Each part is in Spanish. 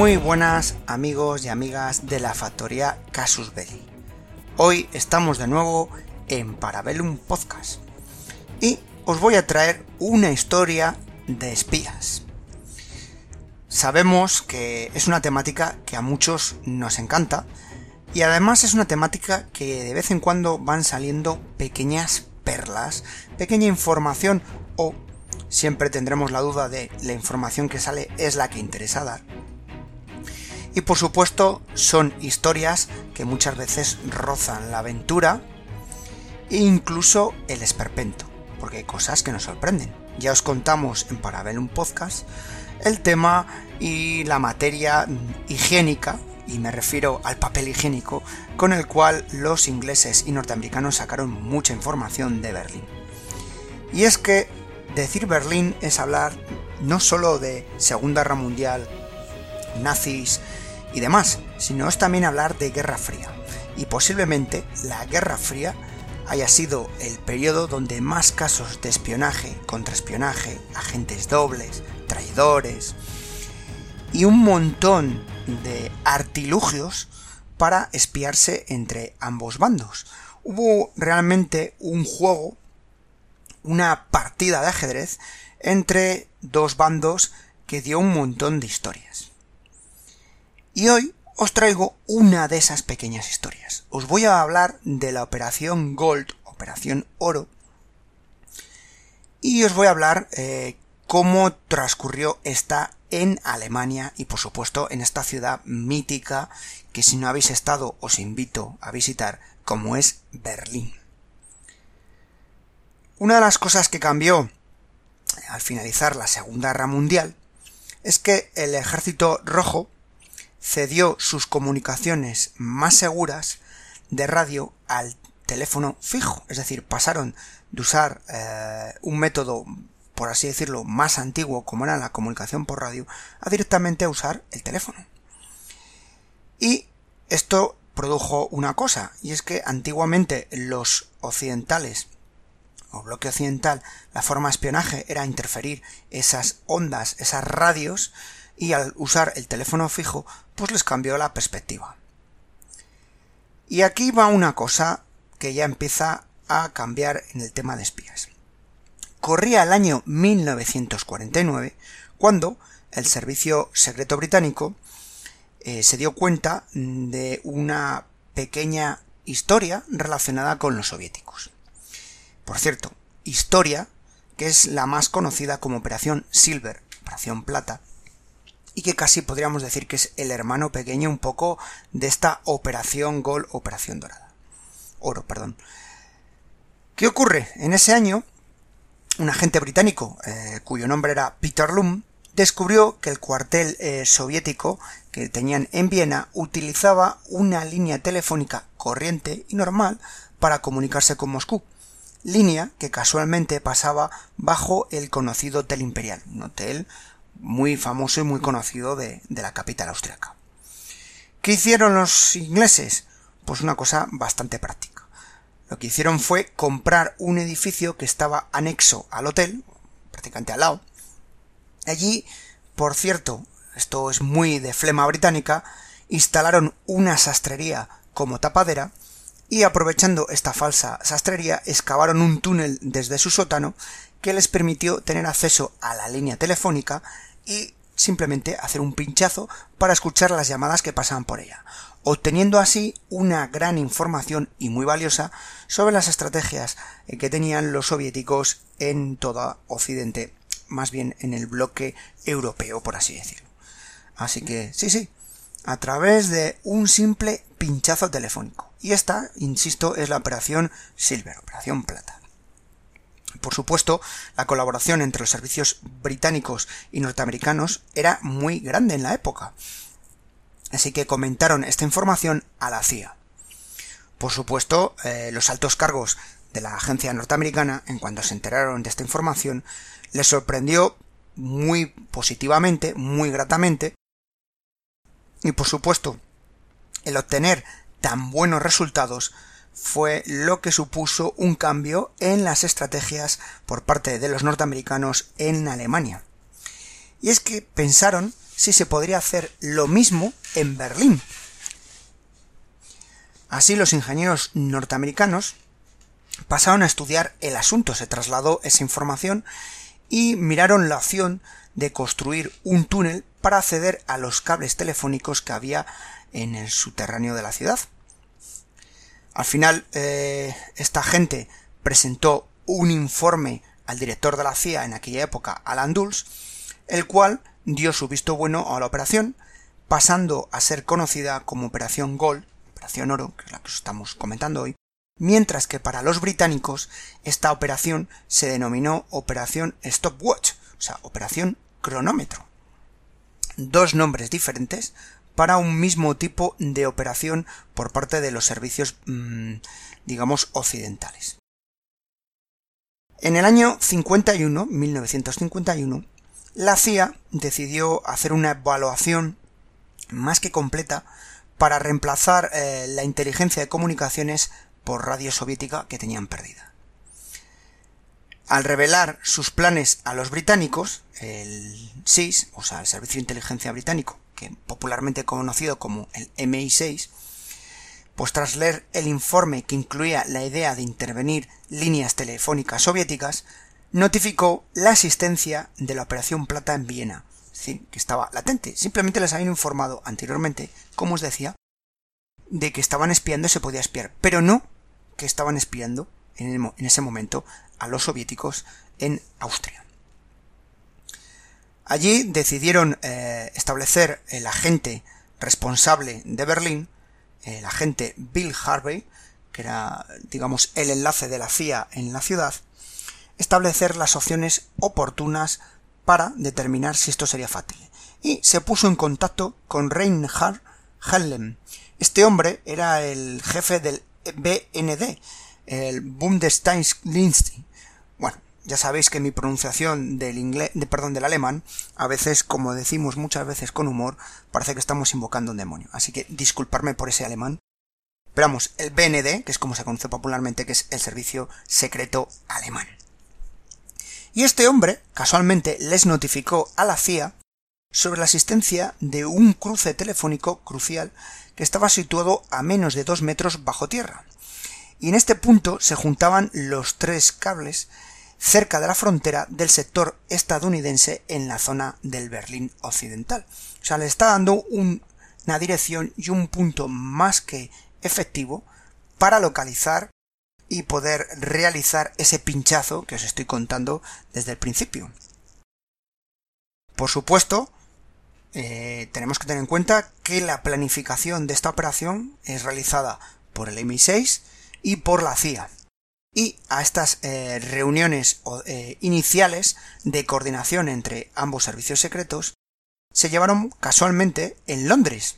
Muy buenas amigos y amigas de la factoría Casus Belli. Hoy estamos de nuevo en Parabellum Podcast y os voy a traer una historia de espías. Sabemos que es una temática que a muchos nos encanta y además es una temática que de vez en cuando van saliendo pequeñas perlas, pequeña información o siempre tendremos la duda de la información que sale es la que interesa dar. Y por supuesto son historias que muchas veces rozan la aventura e incluso el esperpento, porque hay cosas que nos sorprenden. Ya os contamos en Parabellum Podcast el tema y la materia higiénica, y me refiero al papel higiénico, con el cual los ingleses y norteamericanos sacaron mucha información de Berlín. Y es que decir Berlín es hablar no solo de Segunda Guerra Mundial, nazis y demás, sino es también hablar de Guerra Fría. Y posiblemente la Guerra Fría haya sido el periodo donde más casos de espionaje, contraespionaje, agentes dobles, traidores y un montón de artilugios para espiarse entre ambos bandos. Hubo realmente un juego, una partida de ajedrez entre dos bandos que dio un montón de historias. Y hoy os traigo una de esas pequeñas historias. Os voy a hablar de la Operación Gold, Operación Oro, y os voy a hablar cómo transcurrió esta en Alemania y por supuesto en esta ciudad mítica que si no habéis estado os invito a visitar, como es Berlín. Una de las cosas que cambió al finalizar la Segunda Guerra Mundial es que el Ejército Rojo cedió sus comunicaciones más seguras de radio al teléfono fijo, es decir, pasaron de usar un método, por así decirlo, más antiguo como era la comunicación por radio, a directamente a usar el teléfono. Y esto produjo una cosa, y es que antiguamente los occidentales o bloque occidental, la forma de espionaje era interferir esas ondas, esas radios, y al usar el teléfono fijo, pues les cambió la perspectiva. Y aquí va una cosa que ya empieza a cambiar en el tema de espías. Corría el año 1949 cuando el servicio secreto británico se dio cuenta de una pequeña historia relacionada con los soviéticos. Por cierto, historia que es la más conocida como Operación Silver, Operación Plata, y que casi podríamos decir que es el hermano pequeño un poco de esta Operación Gold, Operación Oro. ¿Qué ocurre? En ese año, un agente británico, cuyo nombre era Peter Lum, descubrió que el cuartel soviético que tenían en Viena utilizaba una línea telefónica corriente y normal para comunicarse con Moscú, línea que casualmente pasaba bajo el conocido Hotel Imperial, un hotel muy famoso y muy conocido de la capital austríaca. ¿Qué hicieron los ingleses? Pues una cosa bastante práctica. Lo que hicieron fue comprar un edificio que estaba anexo al hotel, prácticamente al lado. Allí, por cierto, esto es muy de flema británica, instalaron una sastrería como tapadera y aprovechando esta falsa sastrería excavaron un túnel desde su sótano que les permitió tener acceso a la línea telefónica y simplemente hacer un pinchazo para escuchar las llamadas que pasaban por ella, obteniendo así una gran información y muy valiosa sobre las estrategias que tenían los soviéticos en todo Occidente, más bien en el bloque europeo, por así decirlo. Así que sí, a través de un simple pinchazo telefónico. Y esta, insisto, es la Operación Silver, Operación Plata. Por supuesto, la colaboración entre los servicios británicos y norteamericanos era muy grande en la época. Así que comentaron esta información a la CIA. Por supuesto, los altos cargos de la agencia norteamericana, en cuanto se enteraron de esta información, les sorprendió muy positivamente, muy gratamente, y por supuesto, el obtener tan buenos resultados fue lo que supuso un cambio en las estrategias por parte de los norteamericanos en Alemania. Y es que pensaron si se podría hacer lo mismo en Berlín. Así, los ingenieros norteamericanos pasaron a estudiar el asunto, se trasladó esa información y miraron la opción de construir un túnel para acceder a los cables telefónicos que había en el subterráneo de la ciudad. Al final, esta gente presentó un informe al director de la CIA en aquella época, Alan Dulles, el cual dio su visto bueno a la operación, pasando a ser conocida como Operación Gold, Operación Oro, que es la que estamos comentando hoy, mientras que para los británicos esta operación se denominó Operación Stopwatch, o sea, Operación Cronómetro. Dos nombres diferentes para un mismo tipo de operación por parte de los servicios, digamos, occidentales. En el año 1951, la CIA decidió hacer una evaluación más que completa para reemplazar la inteligencia de comunicaciones por radio soviética que tenían perdida. Al revelar sus planes a los británicos, el SIS, o sea, el Servicio de Inteligencia Británico, que popularmente conocido como el MI6, pues tras leer el informe que incluía la idea de intervenir líneas telefónicas soviéticas, notificó la existencia de la Operación Plata en Viena, es decir, que estaba latente. Simplemente les habían informado anteriormente, como os decía, de que estaban espiando y se podía espiar, pero no que estaban espiando en ese momento a los soviéticos en Austria. Allí decidieron establecer el agente responsable de Berlín, el agente Bill Harvey, que era, digamos, el enlace de la CIA en la ciudad, establecer las opciones oportunas para determinar si esto sería factible. Y se puso en contacto con Reinhard Hellem. Este hombre era el jefe del BND, el Bundesdienst. Bueno, ya sabéis que mi pronunciación del alemán, a veces, como decimos muchas veces con humor, parece que estamos invocando un demonio. Así que disculparme por ese alemán. Pero vamos, el BND, que es como se conoce popularmente, que es el servicio secreto alemán. Y este hombre, casualmente, les notificó a la CIA sobre la existencia de un cruce telefónico crucial que estaba situado a menos de 2 metros bajo tierra. Y en este punto se juntaban los 3 cables cerca de la frontera del sector estadounidense en la zona del Berlín Occidental. O sea, le está dando una dirección y un punto más que efectivo para localizar y poder realizar ese pinchazo que os estoy contando desde el principio. Por supuesto, tenemos que tener en cuenta que la planificación de esta operación es realizada por el MI6 y por la CIA. Y a estas reuniones iniciales de coordinación entre ambos servicios secretos se llevaron casualmente en Londres.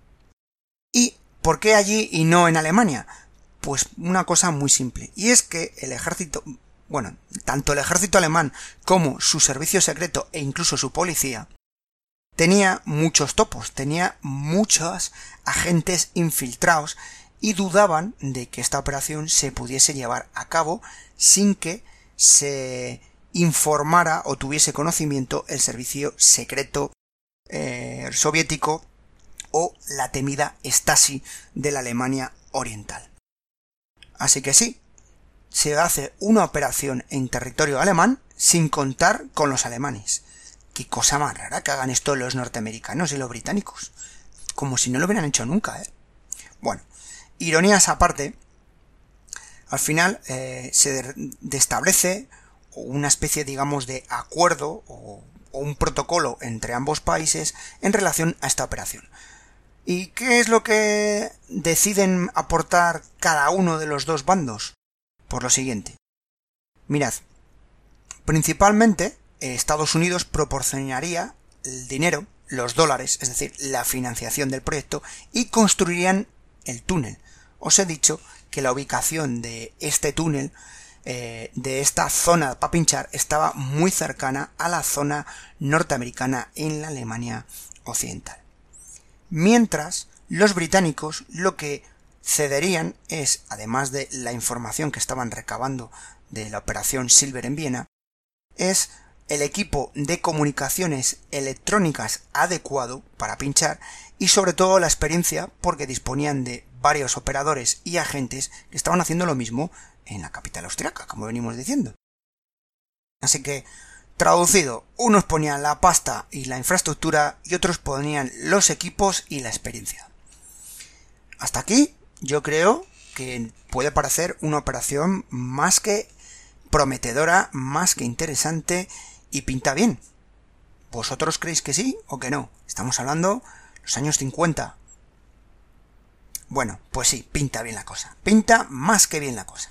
¿Y por qué allí y no en Alemania? Pues una cosa muy simple, y es que el ejército, bueno, tanto el ejército alemán como su servicio secreto e incluso su policía, tenía muchos topos, tenía muchos agentes infiltrados y dudaban de que esta operación se pudiese llevar a cabo sin que se informara o tuviese conocimiento el servicio secreto soviético o la temida Stasi de la Alemania Oriental. Así que sí, se hace una operación en territorio alemán sin contar con los alemanes. Qué cosa más rara que hagan esto los norteamericanos y los británicos. Como si no lo hubieran hecho nunca, ¿eh? Bueno, ironías aparte, al final se establece una especie, digamos, de acuerdo o un protocolo entre ambos países en relación a esta operación. ¿Y qué es lo que deciden aportar cada uno de los dos bandos? Pues lo siguiente. Mirad, principalmente Estados Unidos proporcionaría el dinero, los dólares, es decir, la financiación del proyecto, y construirían el túnel. Os he dicho que la ubicación de este túnel, de esta zona para pinchar, estaba muy cercana a la zona norteamericana en la Alemania Occidental. Mientras, los británicos lo que cederían es, además de la información que estaban recabando de la operación Silver en Viena, es el equipo de comunicaciones electrónicas adecuado para pinchar y sobre todo la experiencia, porque disponían de varios operadores y agentes que estaban haciendo lo mismo en la capital austriaca, como venimos diciendo. Así que, traducido, unos ponían la pasta y la infraestructura y otros ponían los equipos y la experiencia. Hasta aquí yo creo que puede parecer una operación más que prometedora, más que interesante y pinta bien. ¿Vosotros creéis que sí o que no? Estamos hablando de los años 50. Bueno, pues sí, pinta bien la cosa. Pinta más que bien la cosa.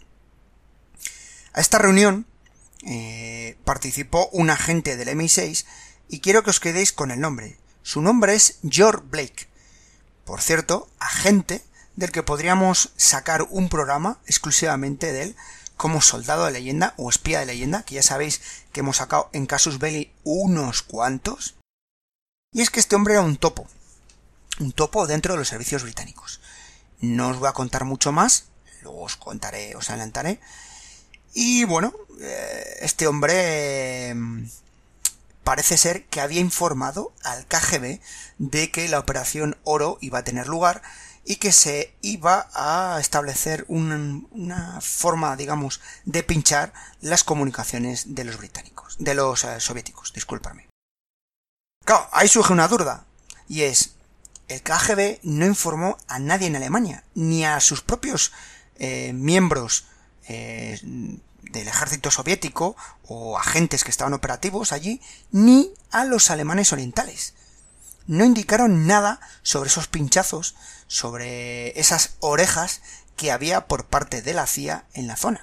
A esta reunión participó un agente del MI6 y quiero que os quedéis con el nombre. Su nombre es George Blake. Por cierto, agente del que podríamos sacar un programa exclusivamente de él como soldado de leyenda o espía de leyenda, que ya sabéis que hemos sacado en Casus Belli unos cuantos. Y es que este hombre era un topo dentro de los servicios británicos. No os voy a contar mucho más, luego os adelantaré. Y bueno, este hombre parece ser que había informado al KGB de que la operación Oro iba a tener lugar y que se iba a establecer una forma, digamos, de pinchar las comunicaciones de los británicos, de los soviéticos, discúlpame. Claro, ahí surge una duda, y es, el KGB no informó a nadie en Alemania, ni a sus propios miembros del ejército soviético o agentes que estaban operativos allí, ni a los alemanes orientales. No indicaron nada sobre esos pinchazos, sobre esas orejas que había por parte de la CIA en la zona.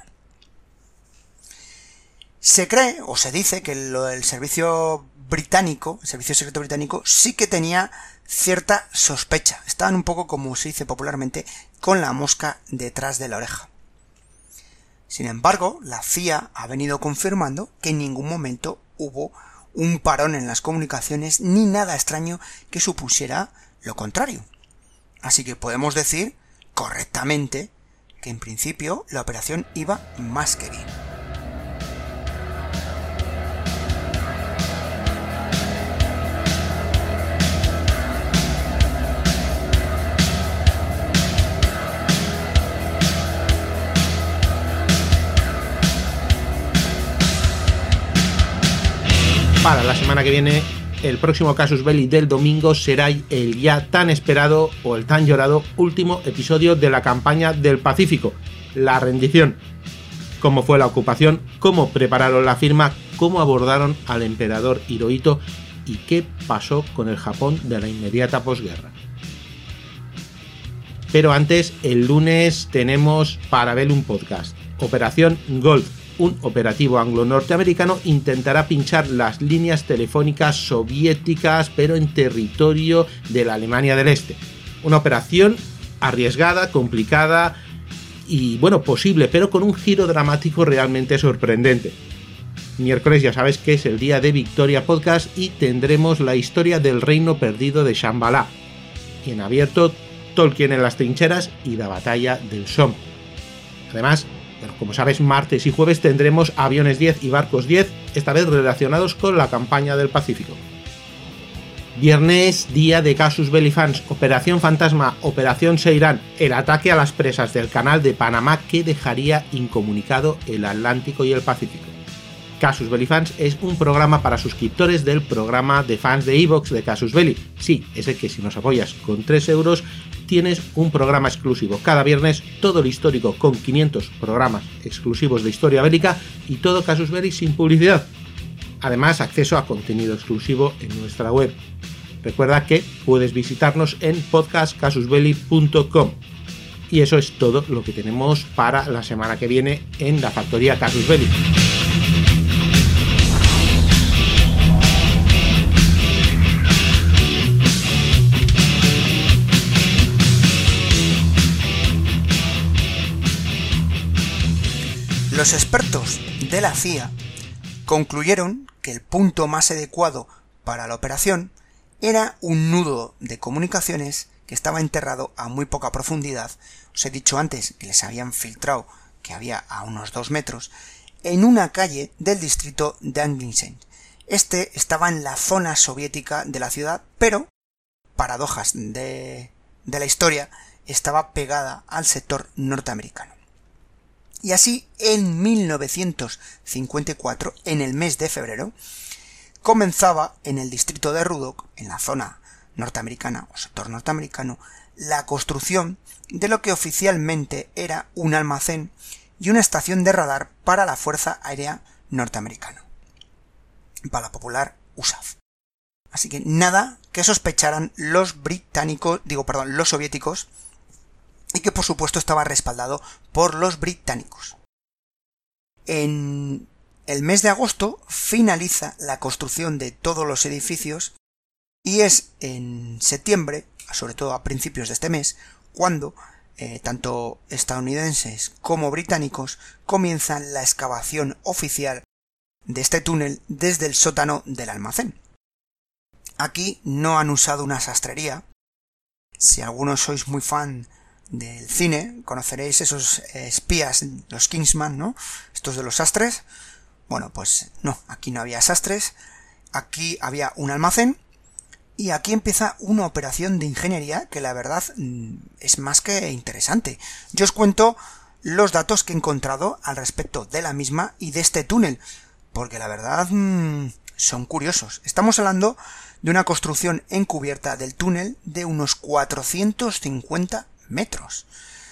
Se cree o se dice que el servicio secreto británico, sí que tenía cierta sospecha. Estaban un poco, como se dice popularmente, con la mosca detrás de la oreja. Sin embargo, la CIA ha venido confirmando que en ningún momento hubo un parón en las comunicaciones ni nada extraño que supusiera lo contrario. Así que podemos decir correctamente que en principio la operación iba más que bien. Para la semana que viene, el próximo Casus Belli del domingo será el ya tan esperado o el tan llorado último episodio de la campaña del Pacífico, la rendición. Cómo fue la ocupación, cómo prepararon la firma, cómo abordaron al emperador Hirohito y qué pasó con el Japón de la inmediata posguerra. Pero antes, el lunes tenemos Parabellum Podcast, Operación Gold. Un operativo anglo-norteamericano intentará pinchar las líneas telefónicas soviéticas, pero en territorio de la Alemania del Este. Una operación arriesgada, complicada y, bueno, posible, pero con un giro dramático realmente sorprendente. Miércoles ya sabes que es el día de Victoria Podcast y tendremos la historia del reino perdido de Shambhala. Y en abierto, Tolkien en las trincheras y la batalla del Somme. Además, como sabes, martes y jueves tendremos Aviones 10 y Barcos 10, esta vez relacionados con la campaña del Pacífico. Viernes, día de Casus Belli Fans, Operación Fantasma, Operación Seirán, el ataque a las presas del Canal de Panamá que dejaría incomunicado el Atlántico y el Pacífico. Casus Belli Fans es un programa para suscriptores del programa de fans de iVoox de Casus Belli. Sí, es el que si nos apoyas con 3 euros tienes un programa exclusivo. Cada viernes todo el histórico con 500 programas exclusivos de historia bélica y todo Casus Belli sin publicidad. Además, acceso a contenido exclusivo en nuestra web. Recuerda que puedes visitarnos en podcastcasusbelli.com. Y eso es todo lo que tenemos para la semana que viene en la factoría Casus Belli. Los expertos de la CIA concluyeron que el punto más adecuado para la operación era un nudo de comunicaciones que estaba enterrado a muy poca profundidad. Os he dicho antes que les habían filtrado que había a unos 2 metros, en una calle del distrito de Anglisheim. Este estaba en la zona soviética de la ciudad, pero, paradojas de la historia, estaba pegada al sector norteamericano. Y así, en 1954, en el mes de febrero, comenzaba en el distrito de Rudok, en la zona norteamericana o sector norteamericano, la construcción de lo que oficialmente era un almacén y una estación de radar para la Fuerza Aérea Norteamericana, para la popular USAF. Así que nada que sospecharan los soviéticos, y que por supuesto estaba respaldado por los británicos. En el mes de agosto finaliza la construcción de todos los edificios y es en septiembre, sobre todo a principios de este mes, cuando tanto estadounidenses como británicos comienzan la excavación oficial de este túnel desde el sótano del almacén. Aquí no han usado una sastrería. Si algunos sois muy fan del cine, conoceréis esos espías, los Kingsman, ¿no? Estos de los sastres. Bueno, pues no, aquí no había sastres, aquí había un almacén, y aquí empieza una operación de ingeniería que la verdad es más que interesante. Yo os cuento los datos que he encontrado al respecto de la misma y de este túnel, porque la verdad son curiosos. Estamos hablando de una construcción encubierta del túnel de unos 450 metros,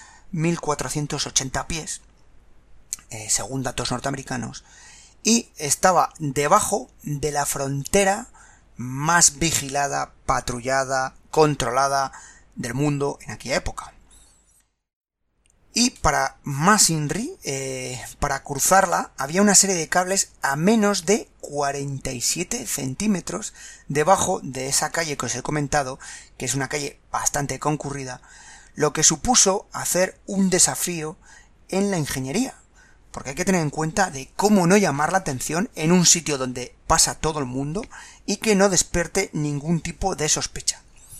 1480 pies, según datos norteamericanos, y estaba debajo de la frontera más vigilada, patrullada, controlada del mundo en aquella época. Y para más INRI, para cruzarla, había una serie de cables a menos de 47 centímetros debajo de esa calle que os he comentado, que es una calle bastante concurrida, lo que supuso hacer un desafío en la ingeniería, porque hay que tener en cuenta de cómo no llamar la atención en un sitio donde pasa todo el mundo y que no despierte ningún tipo de sospecha.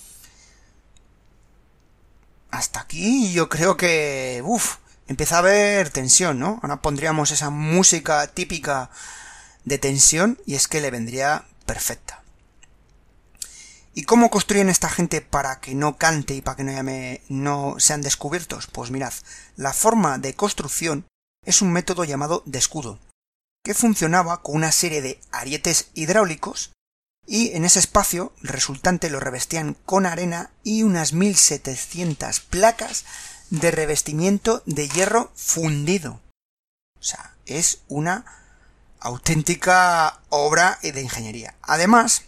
Hasta aquí yo creo que empieza a haber tensión, ¿no? Ahora pondríamos esa música típica de tensión y es que le vendría perfecta. ¿Y cómo construyen esta gente para que no cante y para que no sean descubiertos? Pues mirad, la forma de construcción es un método llamado de escudo, que funcionaba con una serie de arietes hidráulicos, y en ese espacio resultante lo revestían con arena y unas 1700 placas de revestimiento de hierro fundido. O sea, es una auténtica obra de ingeniería. Además,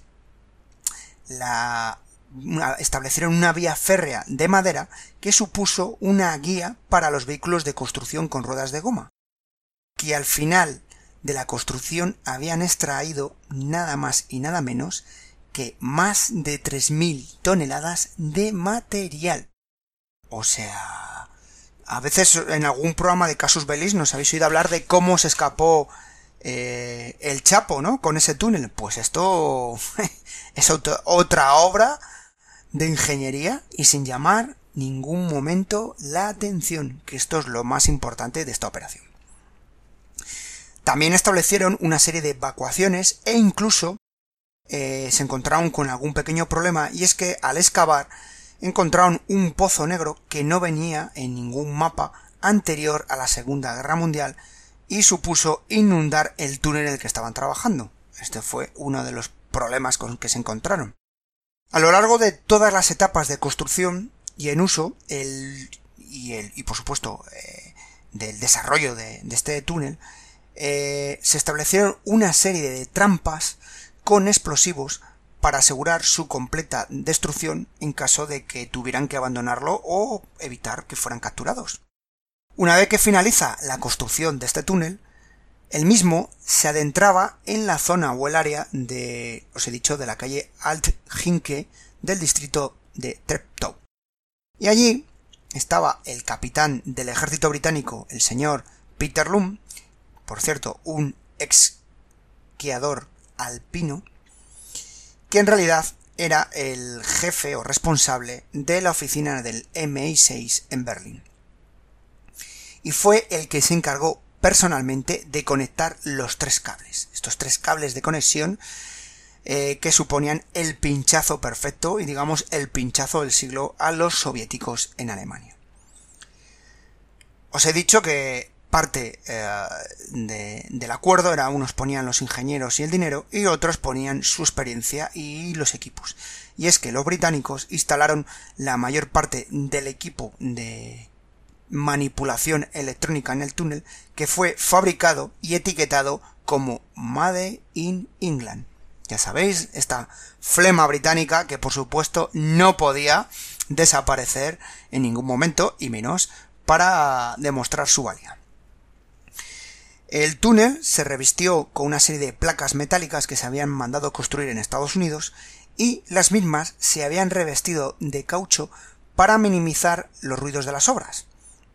establecieron una vía férrea de madera que supuso una guía para los vehículos de construcción con ruedas de goma, que al final de la construcción habían extraído nada más y nada menos que más de 3.000 toneladas de material. O sea, a veces en algún programa de Casus Belli nos habéis oído hablar de cómo se escapó el Chapo, ¿no? Con ese túnel. Pues esto es otra obra de ingeniería y sin llamar ningún momento la atención, que esto es lo más importante de esta operación. También establecieron una serie de evacuaciones e incluso se encontraron con algún pequeño problema, y es que al excavar encontraron un pozo negro que no venía en ningún mapa anterior a la Segunda Guerra Mundial y supuso inundar el túnel en el que estaban trabajando. Este fue uno de los problemas con que se encontraron. A lo largo de todas las etapas de construcción y en uso y por supuesto del desarrollo de este túnel, se establecieron una serie de trampas con explosivos para asegurar su completa destrucción en caso de que tuvieran que abandonarlo o evitar que fueran capturados. Una vez que finaliza la construcción de este túnel, el mismo se adentraba en la zona o el área de la calle Alt-Hinke del distrito de Treptow. Y allí estaba el capitán del ejército británico, el señor Peter Lum, por cierto, un esquiador alpino, que en realidad era el jefe o responsable de la oficina del MI6 en Berlín. Y fue el que se encargó personalmente de conectar los 3 cables. Estos 3 cables de conexión que suponían el pinchazo perfecto y digamos el pinchazo del siglo a los soviéticos en Alemania. Os he dicho que parte del acuerdo era unos ponían los ingenieros y el dinero y otros ponían su experiencia y los equipos. Y es que los británicos instalaron la mayor parte del equipo de manipulación electrónica en el túnel, que fue fabricado y etiquetado como Made in England. Ya sabéis, esta flema británica que por supuesto no podía desaparecer en ningún momento, y menos para demostrar su valía. El túnel se revistió con una serie de placas metálicas que se habían mandado construir en Estados Unidos, y las mismas se habían revestido de caucho para minimizar los ruidos de las obras.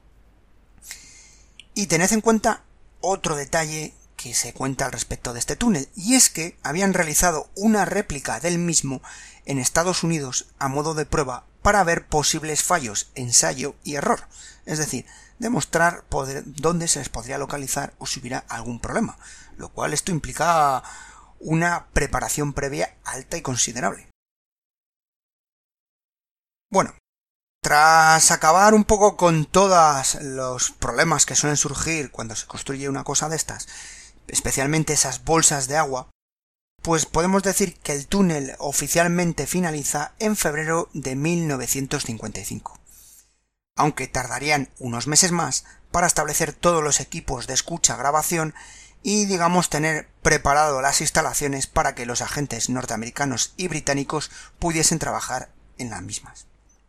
Y tened en cuenta otro detalle que se cuenta al respecto de este túnel, y es que habían realizado una réplica del mismo en Estados Unidos a modo de prueba para ver posibles fallos, ensayo y error, es decir, demostrar dónde se les podría localizar o si hubiera algún problema, lo cual esto implica una preparación previa alta y considerable. Bueno, tras acabar un poco con todos los problemas que suelen surgir cuando se construye una cosa de estas, especialmente esas bolsas de agua, pues podemos decir que el túnel oficialmente finaliza en febrero de 1955. Aunque tardarían unos meses más para establecer todos los equipos de escucha, grabación y, digamos, tener preparado las instalaciones para que los agentes norteamericanos y británicos pudiesen trabajar en las mismas.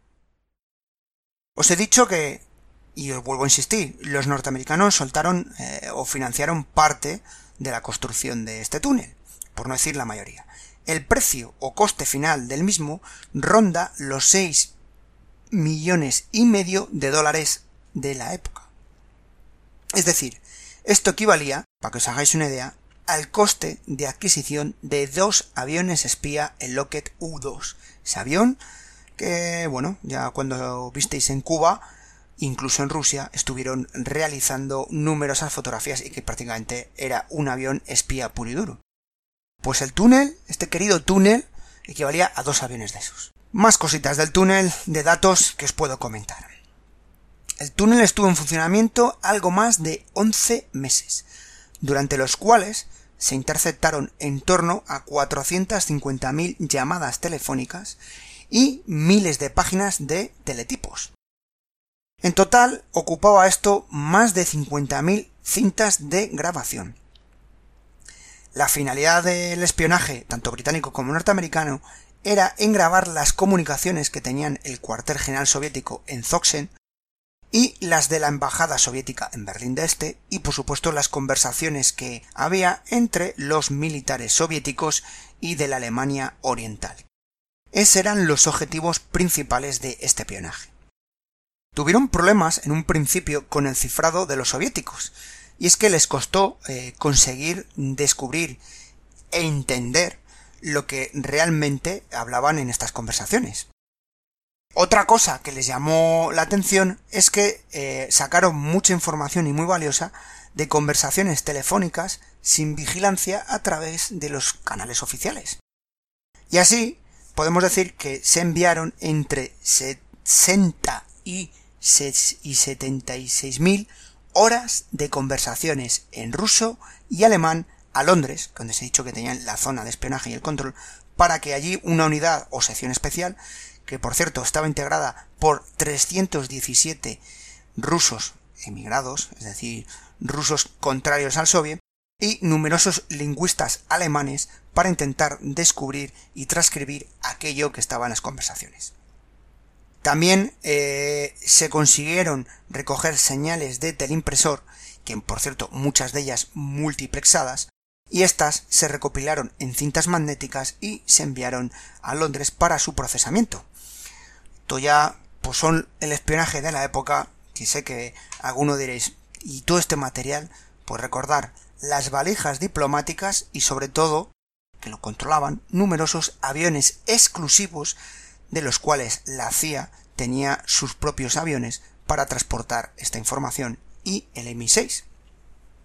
Os he dicho que, y os vuelvo a insistir, los norteamericanos soltaron o financiaron parte de la construcción de este túnel, por no decir la mayoría. El precio o coste final del mismo ronda los 6,5 millones de dólares de la época. Es decir, esto equivalía, para que os hagáis una idea, al coste de adquisición de 2 aviones espía, el Lockheed U-2. Ese avión que, bueno, ya cuando visteis en Cuba, incluso en Rusia, estuvieron realizando numerosas fotografías y que prácticamente era un avión espía puro y duro. Pues el túnel, este querido túnel, equivalía a 2 aviones de esos. Más cositas del túnel, de datos que os puedo comentar. El túnel estuvo en funcionamiento algo más de 11 meses, durante los cuales se interceptaron en torno a 450.000 llamadas telefónicas y miles de páginas de teletipos. En total, ocupaba esto más de 50.000 cintas de grabación. La finalidad del espionaje, tanto británico como norteamericano, era en grabar las comunicaciones que tenían el cuartel general soviético en Zoksen y las de la embajada soviética en Berlín de Este, y por supuesto las conversaciones que había entre los militares soviéticos y de la Alemania Oriental. Esos eran los objetivos principales de este espionaje. Tuvieron problemas en un principio con el cifrado de los soviéticos, y es que les costó conseguir descubrir e entender lo que realmente hablaban en estas conversaciones. Otra cosa que les llamó la atención es que sacaron mucha información y muy valiosa de conversaciones telefónicas sin vigilancia a través de los canales oficiales. Y así podemos decir que se enviaron entre 60 y 76.000 horas de conversaciones en ruso y alemán a Londres, donde se ha dicho que tenían la zona de espionaje y el control, para que allí una unidad o sección especial, que por cierto estaba integrada por 317 rusos emigrados, es decir, rusos contrarios al soviet, y numerosos lingüistas alemanes para intentar descubrir y transcribir aquello que estaba en las conversaciones. También se consiguieron recoger señales de teleimpresor, que por cierto muchas de ellas multiplexadas, y estas se recopilaron en cintas magnéticas y se enviaron a Londres para su procesamiento. Esto ya pues son el espionaje de la época, que sé que alguno diréis, y todo este material, pues recordar las valijas diplomáticas y sobre todo que lo controlaban numerosos aviones exclusivos, de los cuales la CIA tenía sus propios aviones para transportar esta información, y el Mi-6.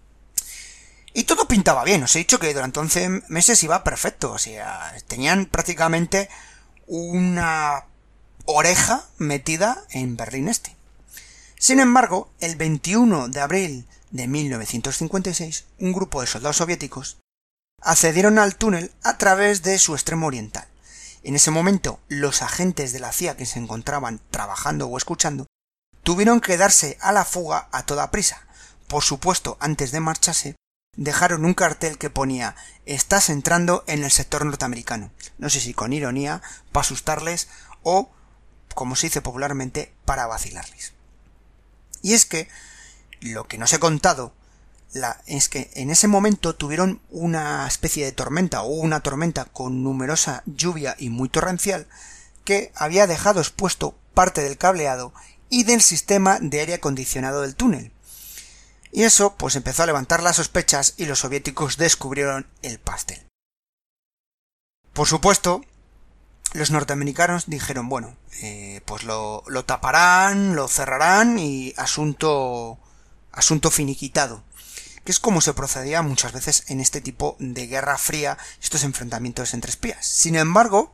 Y todo pintaba bien, os he dicho que durante 11 meses iba perfecto, o sea, tenían prácticamente una oreja metida en Berlín Este. Sin embargo, el 21 de abril de 1956, un grupo de soldados soviéticos accedieron al túnel a través de su extremo oriental. En ese momento, los agentes de la CIA que se encontraban trabajando o escuchando tuvieron que darse a la fuga a toda prisa. Por supuesto, antes de marcharse, dejaron un cartel que ponía «Estás entrando en el sector norteamericano». No sé si con ironía, para asustarles o, como se dice popularmente, para vacilarles. Y es que, lo que no os he contado, es que en ese momento tuvieron una especie de tormenta o una tormenta con numerosa lluvia y muy torrencial que había dejado expuesto parte del cableado y del sistema de aire acondicionado del túnel. Y eso pues empezó a levantar las sospechas y los soviéticos descubrieron el pastel. Por supuesto, los norteamericanos dijeron, bueno, pues lo taparán, lo cerrarán y asunto finiquitado, que es como se procedía muchas veces en este tipo de guerra fría, estos enfrentamientos entre espías. Sin embargo,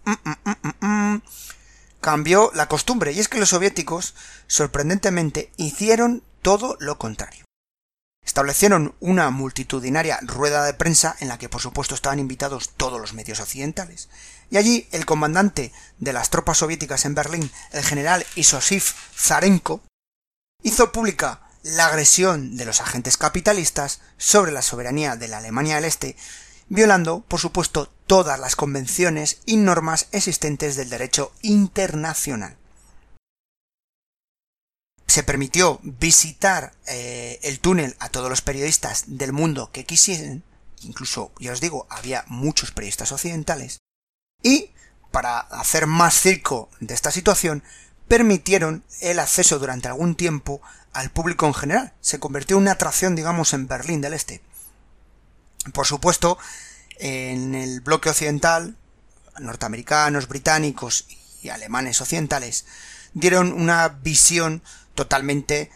cambió la costumbre, y es que los soviéticos, sorprendentemente, hicieron todo lo contrario. Establecieron una multitudinaria rueda de prensa en la que por supuesto estaban invitados todos los medios occidentales, y allí el comandante de las tropas soviéticas en Berlín, el general Iosif Zarenko, hizo pública la agresión de los agentes capitalistas sobre la soberanía de la Alemania del Este, violando, por supuesto, todas las convenciones y normas existentes del derecho internacional. Se permitió visitar el túnel a todos los periodistas del mundo que quisiesen, incluso, ya os digo, había muchos periodistas occidentales, y, para hacer más circo de esta situación, permitieron el acceso durante algún tiempo al público en general. Se convirtió en una atracción, digamos, en Berlín del Este. Por supuesto, en el bloque occidental, norteamericanos, británicos y alemanes occidentales dieron una visión totalmente,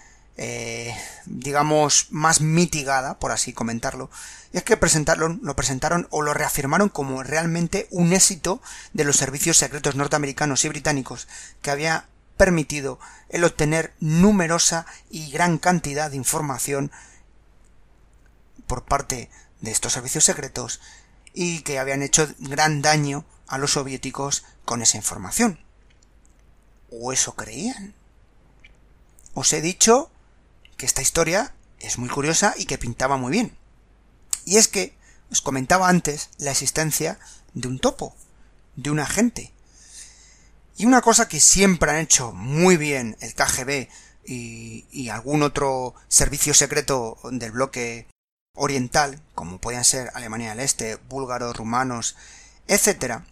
digamos, más mitigada, por así comentarlo, y es que lo presentaron o lo reafirmaron como realmente un éxito de los servicios secretos norteamericanos y británicos que había permitido el obtener numerosa y gran cantidad de información por parte de estos servicios secretos y que habían hecho gran daño a los soviéticos con esa información. ¿O eso creían? Os he dicho que esta historia es muy curiosa y que pintaba muy bien. Y es que os comentaba antes la existencia de un topo, de un agente. Y una cosa que siempre han hecho muy bien el KGB y algún otro servicio secreto del bloque oriental, como podían ser Alemania del Este, búlgaros, rumanos, etc.,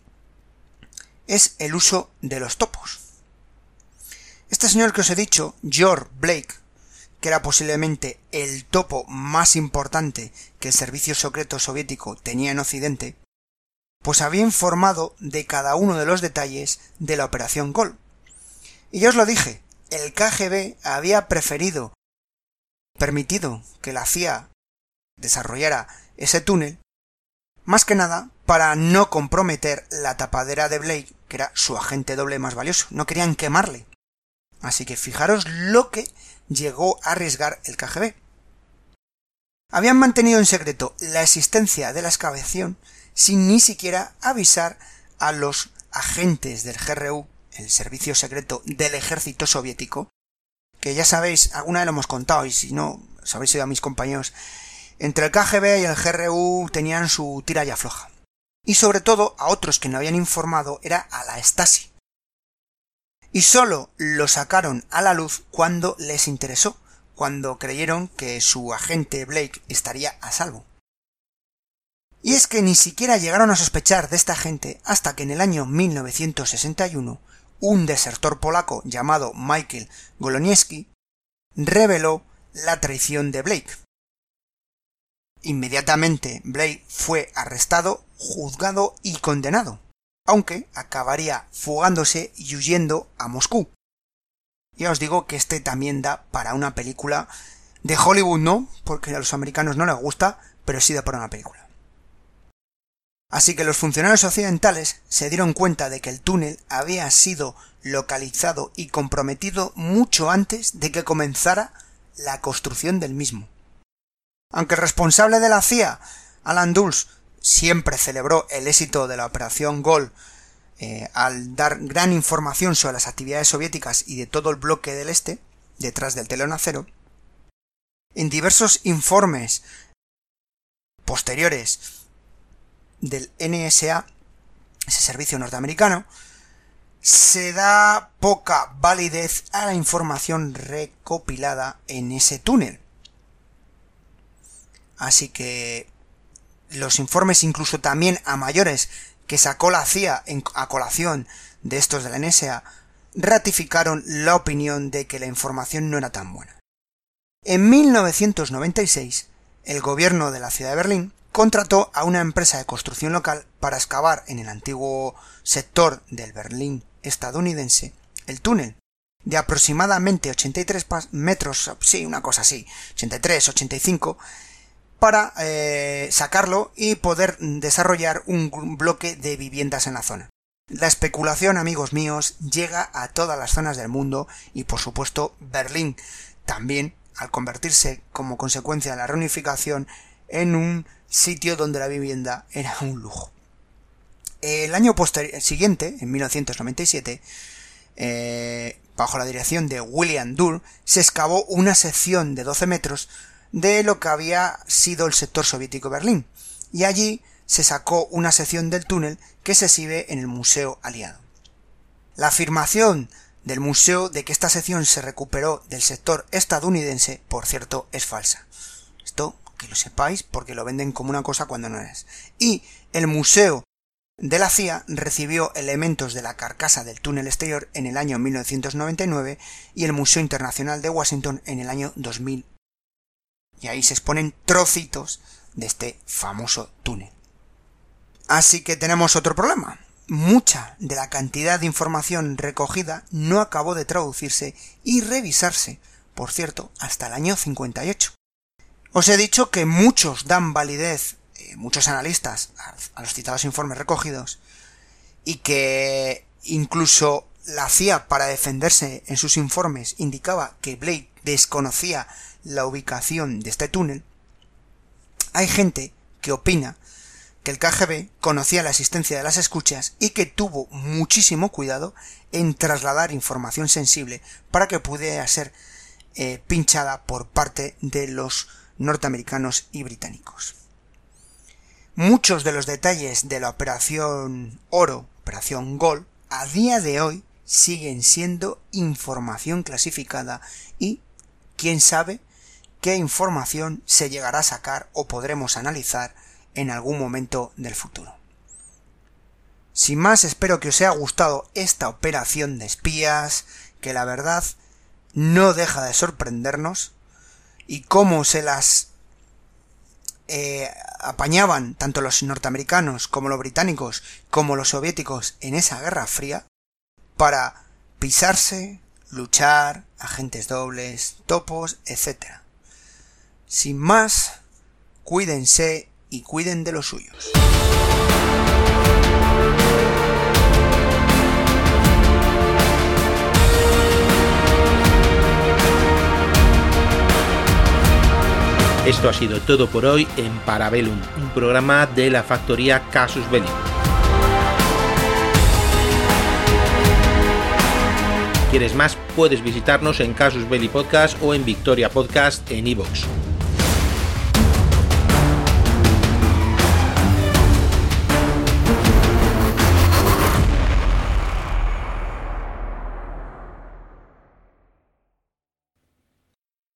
es el uso de los topos. Este señor que os he dicho, George Blake, que era posiblemente el topo más importante que el servicio secreto soviético tenía en Occidente, pues había informado de cada uno de los detalles de la operación Golf. Y ya os lo dije, el KGB había permitido que la CIA desarrollara ese túnel, más que nada para no comprometer la tapadera de Blake, que era su agente doble más valioso. No querían quemarle. Así que fijaros lo que llegó a arriesgar el KGB. Habían mantenido en secreto la existencia de la excavación sin ni siquiera avisar a los agentes del GRU, el servicio secreto del ejército soviético, que ya sabéis, alguna vez lo hemos contado, y si no, os habéis oído a mis compañeros, entre el KGB y el GRU tenían su tira y afloja. Y sobre todo a otros que no habían informado era a la Stasi. Y solo lo sacaron a la luz cuando les interesó, cuando creyeron que su agente Blake estaría a salvo. Y es que ni siquiera llegaron a sospechar de esta gente hasta que en el año 1961 un desertor polaco llamado Michael Goloniewski reveló la traición de Blake. Inmediatamente Blake fue arrestado, juzgado y condenado, aunque acabaría fugándose y huyendo a Moscú. Ya os digo que este también da para una película De Hollywood no, porque a los americanos no les gusta, pero sí de por una película. Así que los funcionarios occidentales se dieron cuenta de que el túnel había sido localizado y comprometido mucho antes de que comenzara la construcción del mismo. Aunque el responsable de la CIA, Alan Dulles, siempre celebró el éxito de la Operación Gold al dar gran información sobre las actividades soviéticas y de todo el bloque del este, detrás del telón acero, en diversos informes posteriores del NSA, ese servicio norteamericano, se da poca validez a la información recopilada en ese túnel. Así que los informes, incluso también a mayores, que sacó la CIA a colación de estos de la NSA, ratificaron la opinión de que la información no era tan buena. En 1996, el gobierno de la ciudad de Berlín contrató a una empresa de construcción local para excavar en el antiguo sector del Berlín estadounidense el túnel de aproximadamente 83 metros, sí, una cosa así, 83, 85, para sacarlo y poder desarrollar un bloque de viviendas en la zona. La especulación, amigos míos, llega a todas las zonas del mundo y, por supuesto, Berlín también, al convertirse como consecuencia de la reunificación en un sitio donde la vivienda era un lujo. El año siguiente, en 1997, bajo la dirección de William Durr, se excavó una sección de 12 metros de lo que había sido el sector soviético de Berlín, y allí se sacó una sección del túnel que se exhibe en el Museo Aliado. La afirmación del museo de que esta sección se recuperó del sector estadounidense, por cierto, es falsa. Esto que lo sepáis, porque lo venden como una cosa cuando no es. Y el museo de la CIA recibió elementos de la carcasa del túnel exterior en el año 1999 y el Museo Internacional de Washington en el año 2000. Y ahí se exponen trocitos de este famoso túnel. Así que tenemos otro problema. Mucha de la cantidad de información recogida no acabó de traducirse y revisarse, por cierto, hasta el año 58. Os he dicho que muchos dan validez, muchos analistas, a los citados informes recogidos, y que incluso la CIA, para defenderse en sus informes, indicaba que Blake desconocía la ubicación de este túnel. Hay gente que opina que el KGB conocía la existencia de las escuchas y que tuvo muchísimo cuidado en trasladar información sensible para que pudiera ser pinchada por parte de los norteamericanos y británicos. Muchos de los detalles de la Operación Oro, Operación Gold, a día de hoy siguen siendo información clasificada y quién sabe qué información se llegará a sacar o podremos analizar en algún momento del futuro. Sin más, espero que os haya gustado esta operación de espías, que la verdad no deja de sorprendernos, y cómo se las apañaban tanto los norteamericanos como los británicos como los soviéticos en esa Guerra Fría para pisarse, luchar, agentes dobles, topos, etc. Sin más, cuídense y cuiden de los suyos. Esto ha sido todo por hoy en Parabellum, un programa de la factoría Casus Belli. ¿Quieres más? Puedes visitarnos en Casus Belli Podcast o en Victoria Podcast en iVoox.